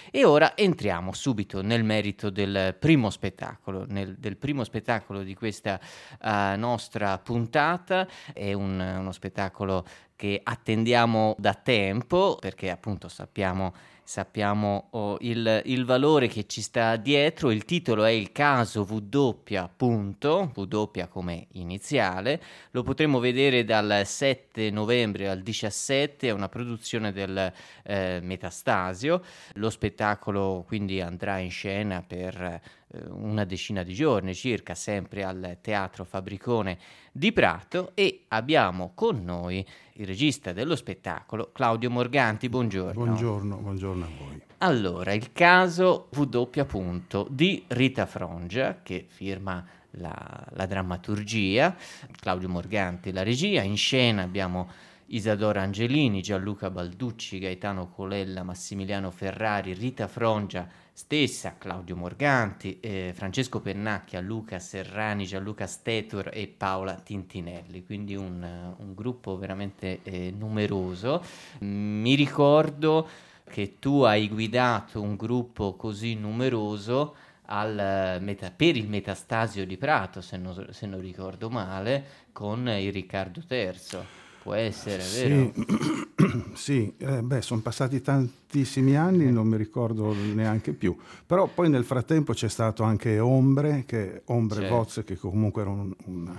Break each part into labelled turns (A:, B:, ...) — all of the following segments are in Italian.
A: E ora entriamo subito nel merito del primo spettacolo, del primo spettacolo di questa nostra puntata. È uno spettacolo che attendiamo da tempo, perché appunto sappiamo il valore che ci sta dietro. Il titolo è Il caso W, W come iniziale. Lo potremo vedere dal 7 novembre al 17, è una produzione del Metastasio. Lo spettacolo quindi andrà in scena per una decina di giorni circa, sempre al Teatro Fabbricone di Prato, e abbiamo con noi il regista dello spettacolo, Claudio Morganti. Buongiorno.
B: Buongiorno a voi.
A: Allora, il caso W di Rita Frongia, che firma la drammaturgia, Claudio Morganti la regia. In scena abbiamo Isadora Angelini, Gianluca Balducci, Gaetano Colella, Massimiliano Ferrari, Rita Frongia stessa, Claudio Morganti, Francesco Pennacchia, Luca Serrani, Gianluca Stetur e Paola Tintinelli, quindi un gruppo veramente numeroso. Mi ricordo che tu hai guidato un gruppo così numeroso per il Metastasio di Prato, se non ricordo male, con il Riccardo III. Può essere, vero?
B: Sì, sono passati tantissimi anni, non mi ricordo neanche più. Però poi nel frattempo c'è stato anche Ombre certo. Wozzeck, che comunque era un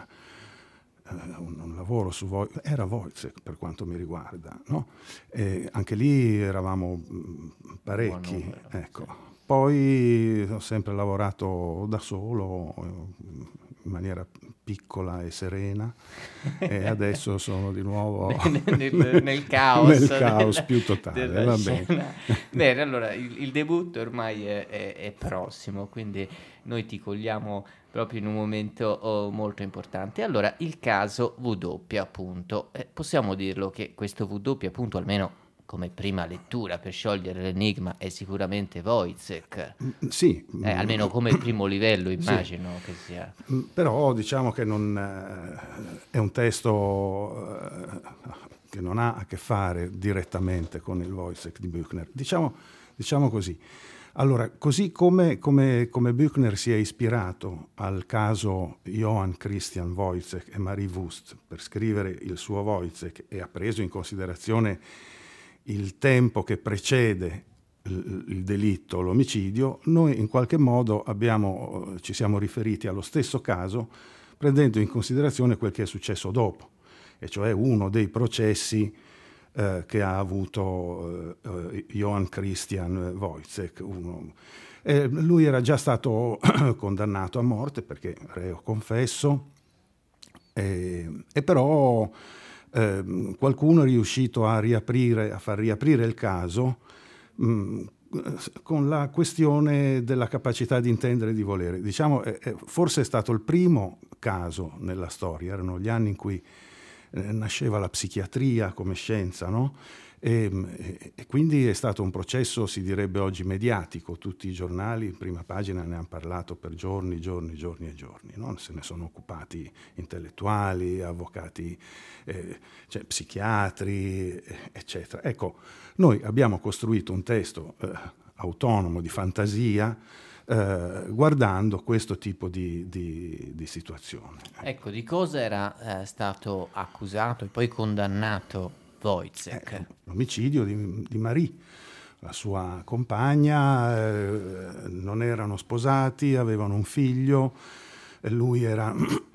B: lavoro su Wozzeck, era Wozzeck per quanto mi riguarda, no? E anche lì eravamo parecchi,
A: Numero,
B: ecco.
A: sì.
B: Poi ho sempre lavorato da solo, in maniera piccola e serena, e adesso sono di nuovo
A: nel caos,
B: nel caos più totale. Va bene.
A: Bene, allora il debutto ormai è prossimo, quindi noi ti cogliamo proprio in un momento molto importante. Allora, il caso W, appunto. Possiamo dirlo che questo W, appunto, almeno come prima lettura per sciogliere l'enigma, è sicuramente Wojciech.
B: Sì.
A: Almeno come primo livello, immagino
B: sì.
A: che sia.
B: Però diciamo che non è un testo che non ha a che fare direttamente con il Wojciech di Büchner. Diciamo così. Allora, così come Büchner si è ispirato al caso Johann Christian Wojciech e Marie Wust per scrivere il suo Wojciech, e ha preso in considerazione il tempo che precede il delitto, l'omicidio, noi in qualche modo ci siamo riferiti allo stesso caso, prendendo in considerazione quel che è successo dopo, e cioè uno dei processi che ha avuto Johann Christian Wojciech. Lui era già stato condannato a morte perché reo confesso, e però qualcuno è riuscito a far riaprire il caso con la questione della capacità di intendere e di volere. Diciamo, forse è stato il primo caso nella storia, erano gli anni in cui nasceva la psichiatria come scienza, no? E quindi è stato un processo, si direbbe oggi, mediatico. Tutti i giornali in prima pagina ne hanno parlato per giorni, no? Se ne sono occupati intellettuali, avvocati, psichiatri, eccetera. Ecco, noi abbiamo costruito un testo autonomo di fantasia, guardando questo tipo di situazione.
A: Ecco, di cosa era stato accusato e poi condannato Wojciech?
B: L'omicidio di Marie, la sua compagna. Non erano sposati, avevano un figlio, lui era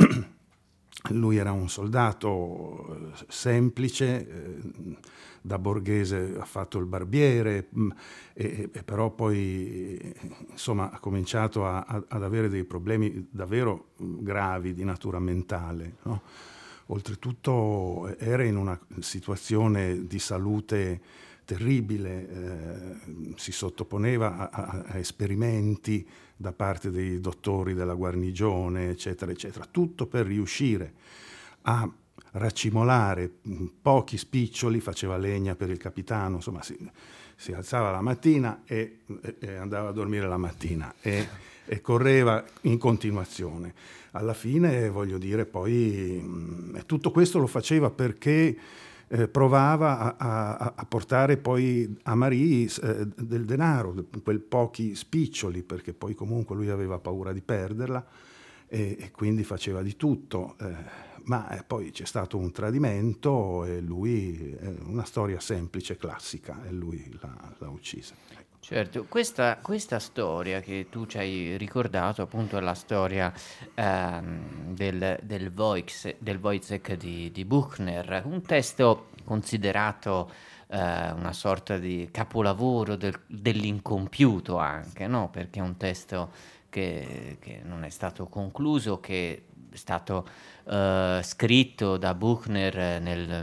B: un soldato semplice, da borghese ha fatto il barbiere, e però poi insomma ha cominciato ad avere dei problemi davvero gravi di natura mentale, no? Oltretutto era in una situazione di salute terribile, si sottoponeva a esperimenti da parte dei dottori della guarnigione, eccetera, eccetera, tutto per riuscire a raccimolare pochi spiccioli. Faceva legna per il capitano, insomma si alzava la mattina e andava a dormire la mattina e correva in continuazione. Alla fine, voglio dire, poi tutto questo lo faceva perché provava a portare poi a Marie del denaro, quel pochi spiccioli, perché poi comunque lui aveva paura di perderla e quindi faceva di tutto. Ma poi c'è stato un tradimento e lui, è una storia semplice, classica, e lui l'ha uccisa.
A: Certo, questa storia che tu ci hai ricordato appunto è la storia del Wojciech di Buchner, un testo considerato una sorta di capolavoro dell'incompiuto anche, no? Perché è un testo che non è stato concluso, che è stato scritto da Buchner nel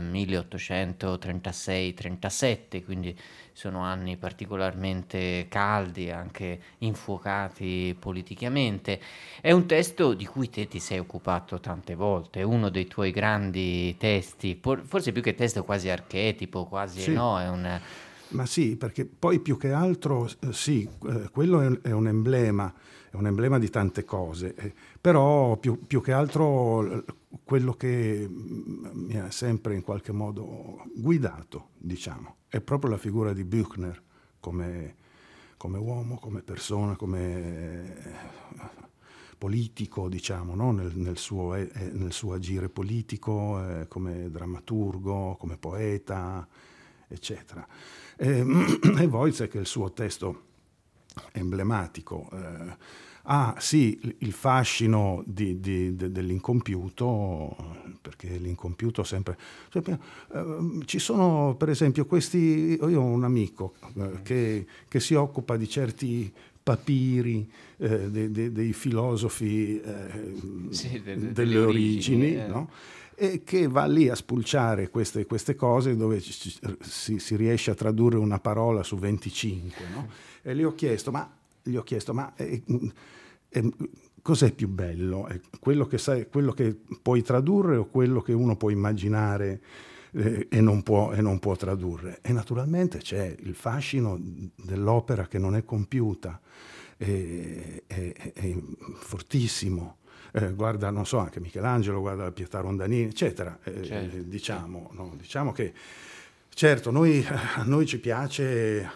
A: 1836-37, quindi sono anni particolarmente caldi, anche infuocati politicamente. È un testo di cui te ti sei occupato tante volte, è uno dei tuoi grandi testi, forse più che testo quasi archetipo, quasi
B: Sì.
A: no, è un...
B: Ma sì, perché poi più che altro sì, quello è un emblema di tante cose, però più che altro quello che mi ha sempre in qualche modo guidato, diciamo, è proprio la figura di Büchner come uomo, come persona, come politico, diciamo, no? nel suo agire politico, come drammaturgo, come poeta, eccetera. E Wojciech, il suo testo emblematico, ha sì il fascino dell'incompiuto, perché l'incompiuto sempre... ci sono per esempio io ho un amico che si occupa di certi papiri dei filosofi
A: Sì,
B: delle origini, no? E che va lì a spulciare queste cose dove si riesce a tradurre una parola su 25, no? E gli ho chiesto, ma cos'è più bello? Quello che puoi tradurre o quello che uno può immaginare e non può tradurre? E naturalmente c'è il fascino dell'opera che non è compiuta, è fortissimo. Guarda, non so, anche Michelangelo, guarda Pietà Rondanini, eccetera.
A: Certo.
B: Diciamo, no? Diciamo che, certo, a noi ci piace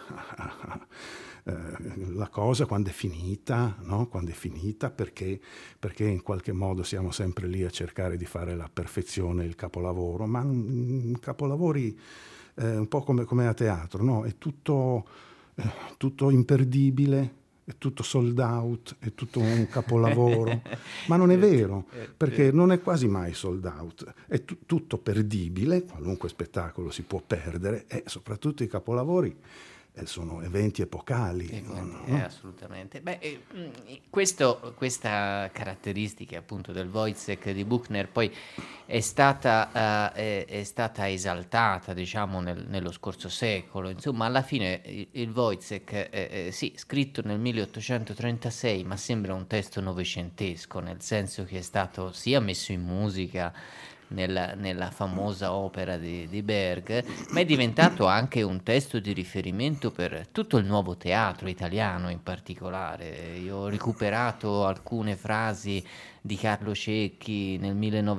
B: la cosa quando è finita, no? Quando è finita, perché in qualche modo siamo sempre lì a cercare di fare la perfezione, il capolavoro, ma capolavori un po' come a teatro, no? È tutto imperdibile, è tutto sold out, è tutto un capolavoro, ma non è vero, perché non è quasi mai sold out, è tutto perdibile, qualunque spettacolo si può perdere, e soprattutto i capolavori sono eventi epocali. No?
A: Assolutamente. Beh, questa caratteristica appunto del Wojciech di Buchner poi è stata esaltata, diciamo, nello scorso secolo. Insomma, alla fine il Wojciech, sì, scritto nel 1836, ma sembra un testo novecentesco, nel senso che è stato sia messo in musica nella famosa opera di Berg, ma è diventato anche un testo di riferimento per tutto il nuovo teatro italiano in particolare. Io ho recuperato alcune frasi di Carlo Cecchi nel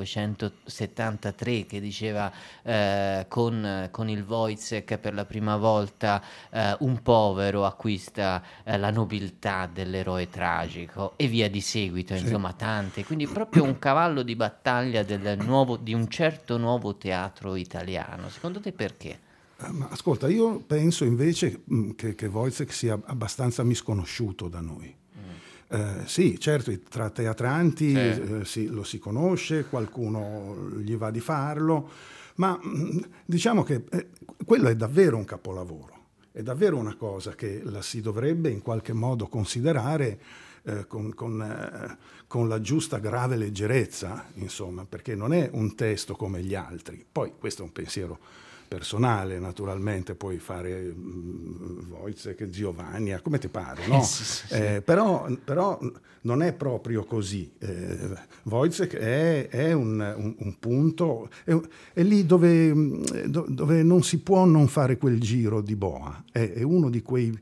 A: 1973 che diceva con il Wojciech per la prima volta un povero acquista la nobiltà dell'eroe tragico e via di seguito,
B: Sì.
A: insomma tante, quindi proprio un cavallo di battaglia di un certo nuovo teatro italiano. Secondo te perché?
B: Ma ascolta, io penso invece che Wojciech sia abbastanza misconosciuto da noi. Sì, certo, tra teatranti lo si conosce, qualcuno gli va di farlo, ma diciamo che quello è davvero un capolavoro, è davvero una cosa che la si dovrebbe in qualche modo considerare con la giusta grave leggerezza, insomma, perché non è un testo come gli altri. Poi questo è un pensiero personale, naturalmente puoi fare Wojciech, Giovanni, come ti pare, no?
A: Sì.
B: Però non è proprio così. Wojciech è un punto, è lì dove non si può non fare quel giro di boa. È uno di quei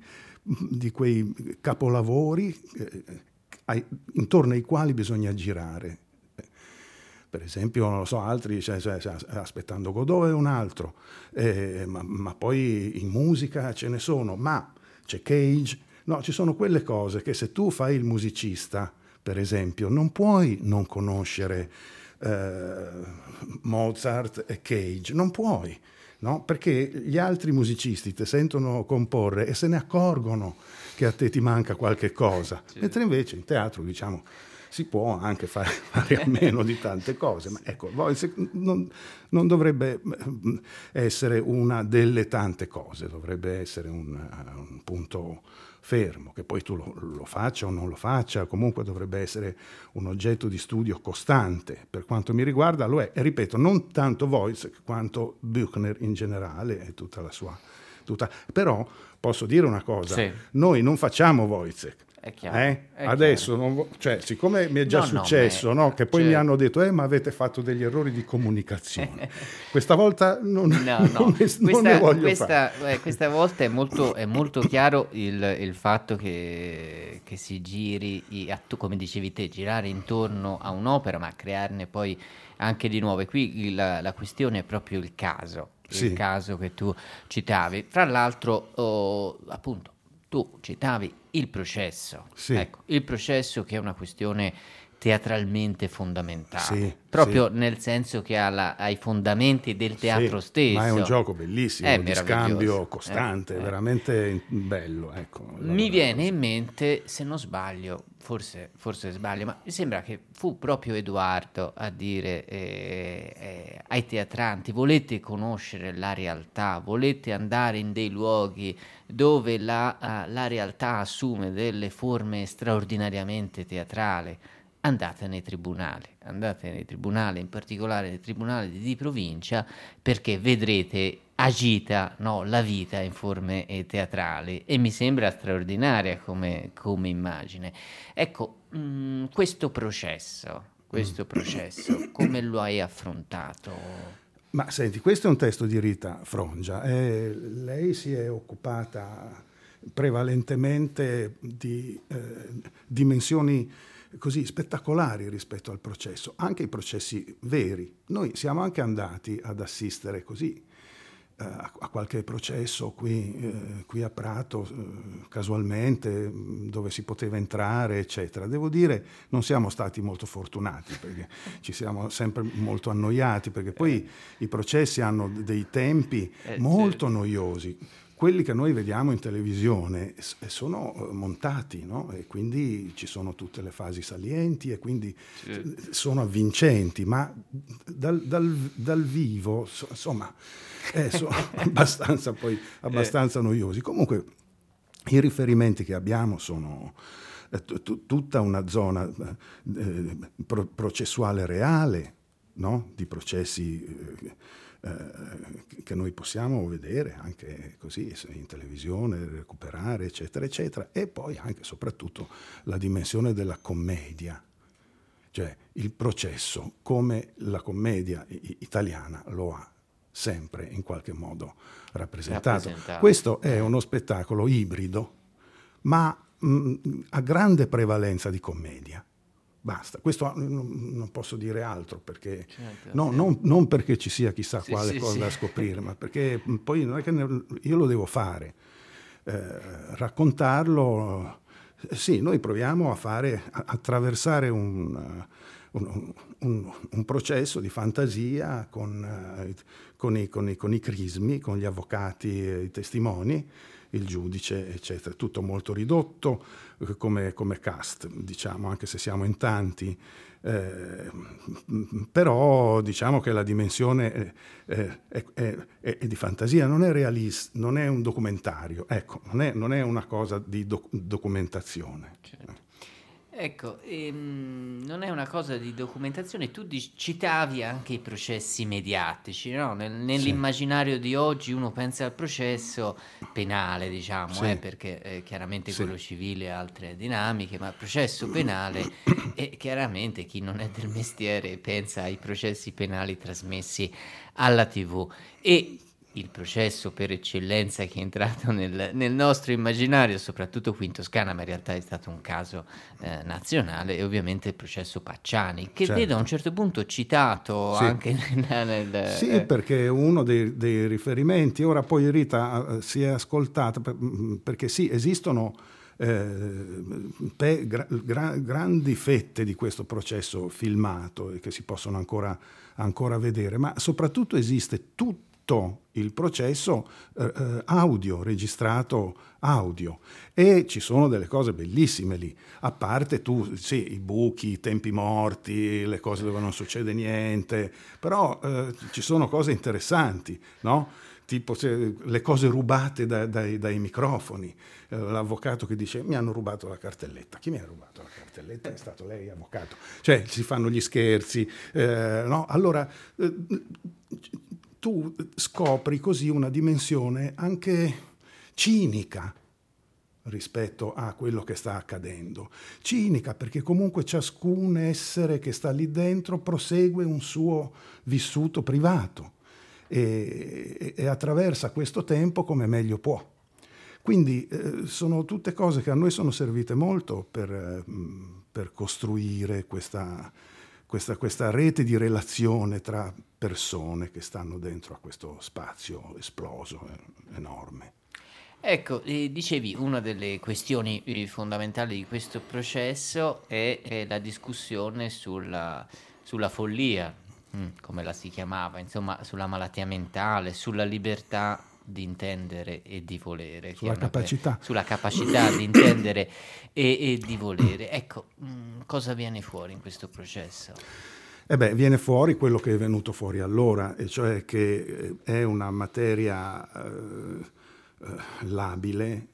B: capolavori intorno ai quali bisogna girare. Per esempio, non lo so, altri aspettando Godot e un altro, ma poi in musica ce ne sono, ma c'è Cage, no, ci sono quelle cose che se tu fai il musicista, per esempio, non puoi non conoscere Mozart e Cage, non puoi, no? Perché gli altri musicisti ti sentono comporre e se ne accorgono che a te ti manca qualche cosa, mentre invece in teatro, diciamo, si può anche fare a meno di tante cose, ma ecco, non dovrebbe essere una delle tante cose, dovrebbe essere un punto fermo, che poi tu lo faccia o non lo faccia, comunque dovrebbe essere un oggetto di studio costante. Per quanto mi riguarda lo è, e ripeto, non tanto Wojciech quanto Büchner in generale e tutta la sua... Però posso dire una cosa,
A: sì.
B: Noi non facciamo Wojciech.
A: È chiaro, è
B: Adesso,
A: chiaro.
B: Cioè, siccome mi è già successo, che poi mi hanno detto ma avete fatto degli errori di comunicazione. Questa volta non ne voglio fare.
A: Questa volta è molto chiaro il fatto che si giri, come dicevi te, girare intorno a un'opera, ma crearne poi anche di nuove. Qui la questione è proprio il caso, il caso che tu citavi. Fra l'altro, appunto, tu citavi il processo, ecco, il processo che è una questione teatralmente fondamentale, proprio nel senso che ha i fondamenti del teatro stesso.
B: Ma è un gioco bellissimo, di scambio costante, veramente bello. Ecco,
A: mi viene in mente, se non sbaglio, forse sbaglio, ma mi sembra che fu proprio Edoardo a dire ai teatranti: volete conoscere la realtà, volete andare in dei luoghi dove la realtà assume delle forme straordinariamente teatrali, andate nei tribunali, in particolare nei tribunali di provincia, perché vedrete agita la vita in forme teatrali, e mi sembra straordinaria come immagine. Ecco, questo processo, come lo hai affrontato?
B: Ma senti, questo è un testo di Rita Frongia. Lei si è occupata prevalentemente di dimensioni così spettacolari rispetto al processo, anche i processi veri. Noi siamo anche andati ad assistere così a qualche processo qui a Prato, casualmente, dove si poteva entrare, eccetera. Devo dire, non siamo stati molto fortunati, perché ci siamo sempre molto annoiati, perché poi i processi hanno dei tempi molto noiosi. Quelli che noi vediamo in televisione sono montati, no? E quindi ci sono tutte le fasi salienti e quindi sono avvincenti, ma dal vivo, insomma, sono abbastanza noiosi. Comunque i riferimenti che abbiamo sono tutta una zona processuale reale, no? Di processi che noi possiamo vedere anche così in televisione, recuperare, eccetera, eccetera, e poi anche soprattutto la dimensione della commedia, cioè il processo come la commedia italiana lo ha sempre in qualche modo rappresentato. Questo è uno spettacolo ibrido, ma a grande prevalenza di commedia. Basta, questo non posso dire altro, perché non perché ci sia chissà quale cosa da scoprire, ma perché poi non è che io lo devo fare, raccontarlo. Noi proviamo a attraversare un processo di fantasia con i crismi, con gli avvocati e i testimoni, il giudice, eccetera. Tutto molto ridotto come cast, diciamo, anche se siamo in tanti, però diciamo che la dimensione è di fantasia, non è realista, non è un documentario, ecco, non è una cosa di documentazione.
A: Certo. Ecco, non è una cosa di documentazione. Tu citavi anche i processi mediatici, no? Nell'immaginario di oggi uno pensa al processo penale, diciamo, perché chiaramente quello civile ha altre dinamiche, ma il processo penale, e chiaramente chi non è del mestiere pensa ai processi penali trasmessi alla TV. E il processo per eccellenza che è entrato nel nostro immaginario, soprattutto qui in Toscana, ma in realtà è stato un caso nazionale, e ovviamente il processo Pacciani, che vedo a un certo punto citato anche nel...
B: Sì, perché è uno dei riferimenti. Ora poi Rita si è ascoltata, perché sì, esistono grandi fette di questo processo filmato e che si possono ancora vedere, ma soprattutto esiste tutto il processo audio, registrato audio, e ci sono delle cose bellissime lì, a parte i buchi, i tempi morti, le cose dove non succede niente, però ci sono cose interessanti, no? Tipo le cose rubate dai microfoni, l'avvocato che dice mi hanno rubato la cartelletta. Chi mi ha rubato la cartelletta? È stato lei, avvocato. Cioè si fanno gli scherzi, no? Allora tu scopri così una dimensione anche cinica rispetto a quello che sta accadendo. Cinica perché comunque ciascun essere che sta lì dentro prosegue un suo vissuto privato e attraversa questo tempo come meglio può. Quindi sono tutte cose che a noi sono servite molto per costruire questa rete di relazione tra persone che stanno dentro a questo spazio esploso, enorme.
A: Ecco, dicevi, una delle questioni fondamentali di questo processo è la discussione sulla follia, come la si chiamava, insomma, sulla malattia mentale, sulla libertà di intendere e di volere.
B: Sulla capacità.
A: Sulla capacità di intendere e di volere. Ecco, cosa viene fuori in questo processo?
B: Viene fuori quello che è venuto fuori allora, e cioè che è una materia labile.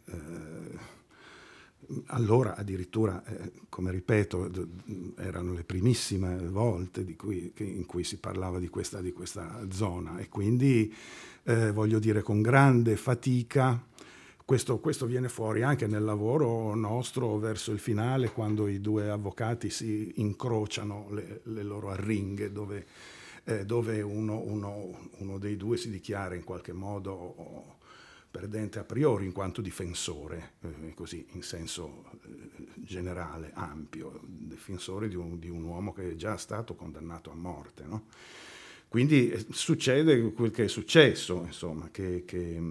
B: Allora addirittura, come ripeto, erano le primissime volte in cui si parlava di questa zona, e quindi voglio dire con grande fatica. Questo viene fuori anche nel lavoro nostro verso il finale, quando i due avvocati si incrociano le loro arringhe, dove uno dei due si dichiara in qualche modo perdente a priori in quanto difensore, così in senso generale, ampio, difensore di un uomo che è già stato condannato a morte, no? Quindi succede quel che è successo, insomma, che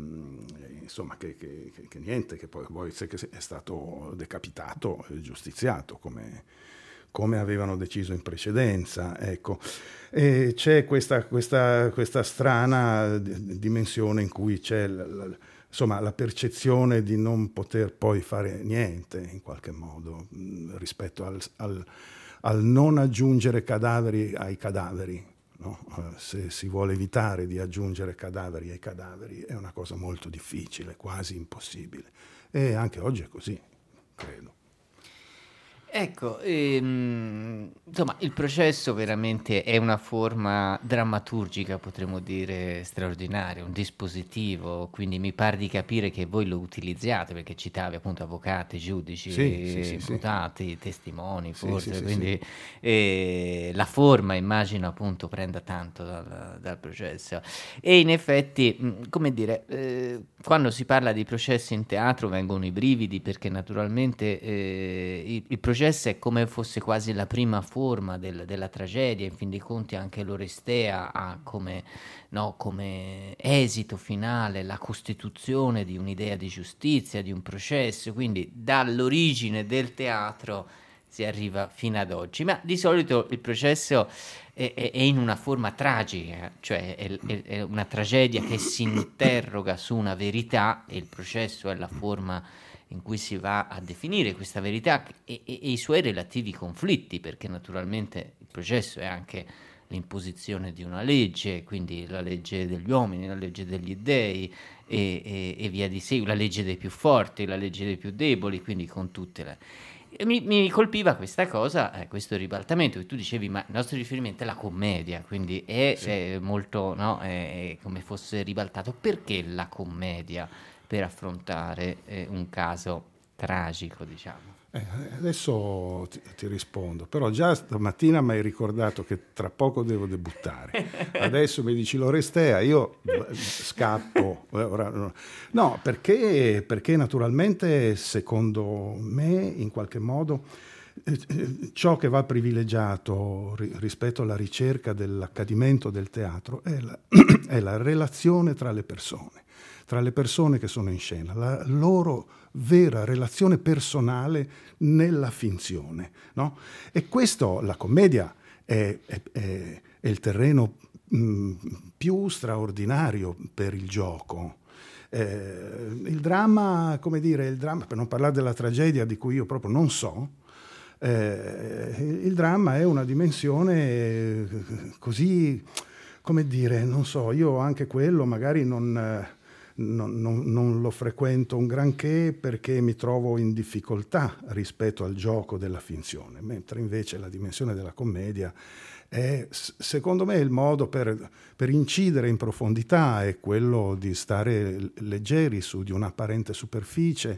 B: niente, che poi Wojciech è stato decapitato e giustiziato come avevano deciso in precedenza, ecco. E c'è questa strana dimensione in cui c'è la percezione di non poter poi fare niente in qualche modo rispetto al non aggiungere cadaveri ai cadaveri. No? Se si vuole evitare di aggiungere cadaveri ai cadaveri è una cosa molto difficile, quasi impossibile. E anche oggi è così, credo.
A: Ecco, insomma, il processo veramente è una forma drammaturgica, potremmo dire, straordinaria, un dispositivo, quindi mi pare di capire che voi lo utilizziate, perché citavi appunto avvocati, giudici, imputati, testimoni, forse, quindi la forma, immagino, appunto, prenda tanto dal processo. E in effetti, come dire, quando si parla di processi in teatro vengono i brividi, perché naturalmente il processo è come fosse quasi la prima forma della tragedia. In fin dei conti anche l'Orestea ha come esito finale la costituzione di un'idea di giustizia, di un processo, quindi dall'origine del teatro si arriva fino ad oggi. Ma di solito il processo è in una forma tragica, cioè è una tragedia che si interroga su una verità, e il processo è la forma in cui si va a definire questa verità e i suoi relativi conflitti, perché naturalmente il processo è anche l'imposizione di una legge, quindi la legge degli uomini, la legge degli dèi e via di seguito, la legge dei più forti, la legge dei più deboli, quindi con tutte le... Mi colpiva questa cosa, questo ribaltamento che tu dicevi, ma il nostro riferimento è la commedia, quindi è molto, no? È come fosse ribaltato. Perché la commedia per affrontare un caso tragico, diciamo.
B: Adesso ti rispondo, però già stamattina mi hai ricordato che tra poco devo debuttare. Adesso mi dici l'Orestea, io scappo. No, perché naturalmente, secondo me, in qualche modo, ciò che va privilegiato rispetto alla ricerca dell'accadimento del teatro è la relazione tra le persone che sono in scena, la loro vera relazione personale nella finzione, no? E questo, la commedia è il terreno più straordinario per il gioco. Il dramma, per non parlare della tragedia di cui io proprio non so, il dramma è una dimensione così, non so, io anche quello magari non lo frequento un granché perché mi trovo in difficoltà rispetto al gioco della finzione, mentre invece la dimensione della commedia è, secondo me, il modo per incidere in profondità, è quello di stare leggeri su di un'apparente superficie.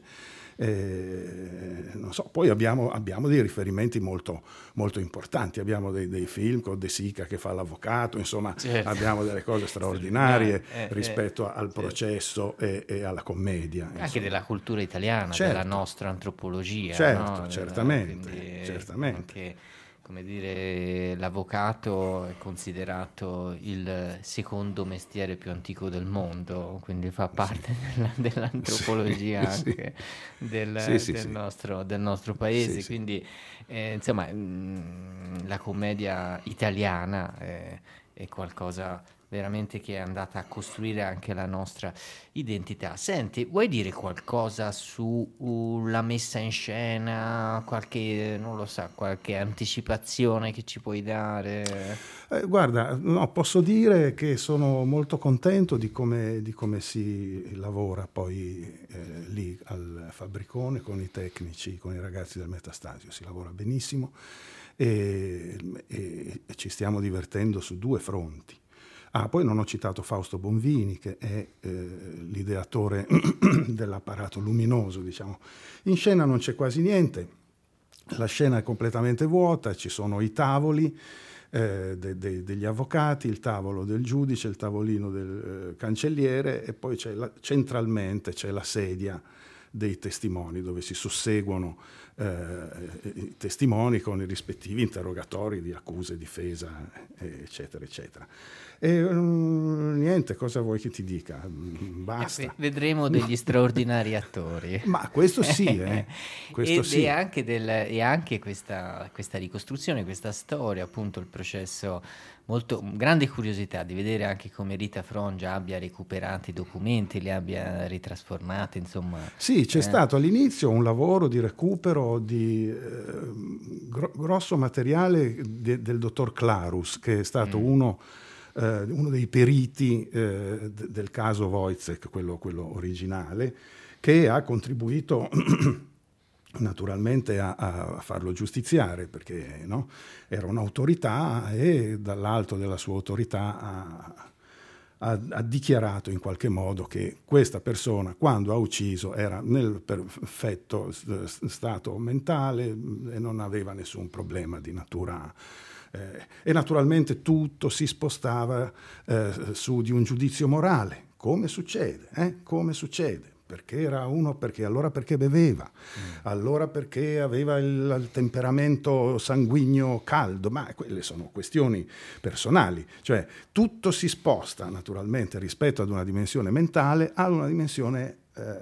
B: Non so, poi abbiamo dei riferimenti molto, molto importanti, abbiamo dei film con De Sica che fa l'avvocato, insomma, certo. Abbiamo delle cose straordinarie rispetto al processo e alla commedia.
A: Anche
B: insomma.
A: Della cultura italiana, certo. Della nostra antropologia.
B: Certo,
A: no?
B: certamente.
A: Anche, come dire, l'avvocato è considerato il secondo mestiere più antico del mondo, quindi fa parte dell'antropologia anche del nostro paese, quindi insomma la commedia italiana è qualcosa veramente che è andata a costruire anche la nostra identità. Senti, vuoi dire qualcosa sulla messa in scena, qualche anticipazione che ci puoi dare?
B: Guarda, no, posso dire che sono molto contento di come si lavora poi lì al Fabbricone con i tecnici, con i ragazzi del Metastasio, si lavora benissimo e ci stiamo divertendo su due fronti. Poi non ho citato Fausto Bonvini, che è l'ideatore dell'apparato luminoso, diciamo. In scena non c'è quasi niente, la scena è completamente vuota, ci sono i tavoli degli avvocati, il tavolo del giudice, il tavolino del cancelliere e poi centralmente c'è la sedia dei testimoni, dove si susseguono i testimoni con i rispettivi interrogatori di accuse, difesa, eccetera, eccetera. E niente, cosa vuoi che ti dica? Basta.
A: Vedremo degli straordinari attori.
B: Ma questo sì, questo sì.
A: E anche questa ricostruzione, questa storia, appunto il processo, molto grande curiosità di vedere anche come Rita Frongia abbia recuperato i documenti, li abbia ritrasformati, insomma.
B: Sì, c'è stato all'inizio un lavoro di recupero di grosso materiale del dottor Clarus, che è stato uno dei periti del caso Wojciech, quello originale, che ha contribuito naturalmente a farlo giustiziare, perché no? Era un'autorità e dall'alto della sua autorità ha dichiarato in qualche modo che questa persona, quando ha ucciso, era nel perfetto stato mentale e non aveva nessun problema di natura. E naturalmente tutto si spostava su di un giudizio morale, come succede, come succede. Perché era uno, perché beveva, allora perché aveva il temperamento sanguigno caldo, ma quelle sono questioni personali, cioè tutto si sposta naturalmente rispetto ad una dimensione mentale a una dimensione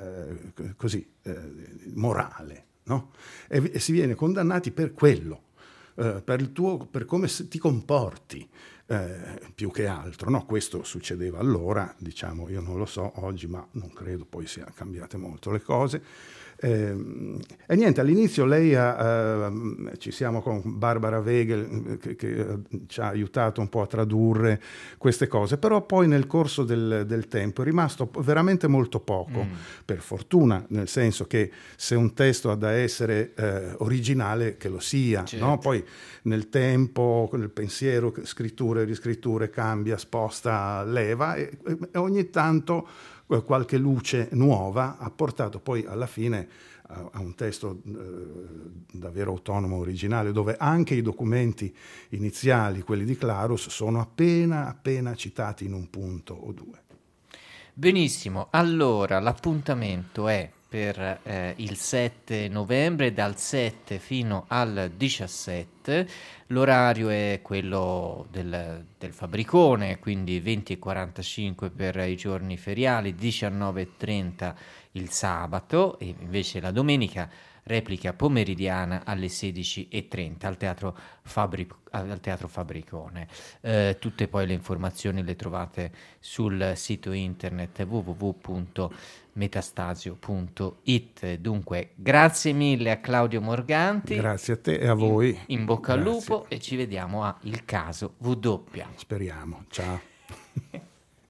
B: morale, no? E si viene condannati per quello, per come ti comporti. Più che altro, no? Questo succedeva allora, diciamo, io non lo so oggi, ma non credo poi siano cambiate molto le cose. E niente, all'inizio lei ci siamo con Barbara Wegel che ci ha aiutato un po' a tradurre queste cose, però poi nel corso del tempo è rimasto veramente molto poco, per fortuna, nel senso che se un testo ha da essere originale, che lo sia, certo. No? Poi nel tempo, nel pensiero, scritture, riscritture, cambia, sposta, leva e ogni tanto qualche luce nuova ha portato poi alla fine a un testo davvero autonomo, originale, dove anche i documenti iniziali, quelli di Clarus, sono appena citati in un punto o due.
A: Benissimo, allora l'appuntamento è per il 7 novembre dal 7 fino al 17, l'orario è quello del fabbricone, quindi 20:45 per i giorni feriali, 19:30 il sabato e invece la domenica replica pomeridiana alle 16:30 al Teatro Fabbricone. Tutte poi le informazioni le trovate sul sito internet www.metastasio.it. Dunque, grazie mille a Claudio Morganti.
B: Grazie a te e a voi.
A: In bocca al
B: Grazie.
A: lupo e ci vediamo a Il Caso W.
B: Speriamo. Ciao.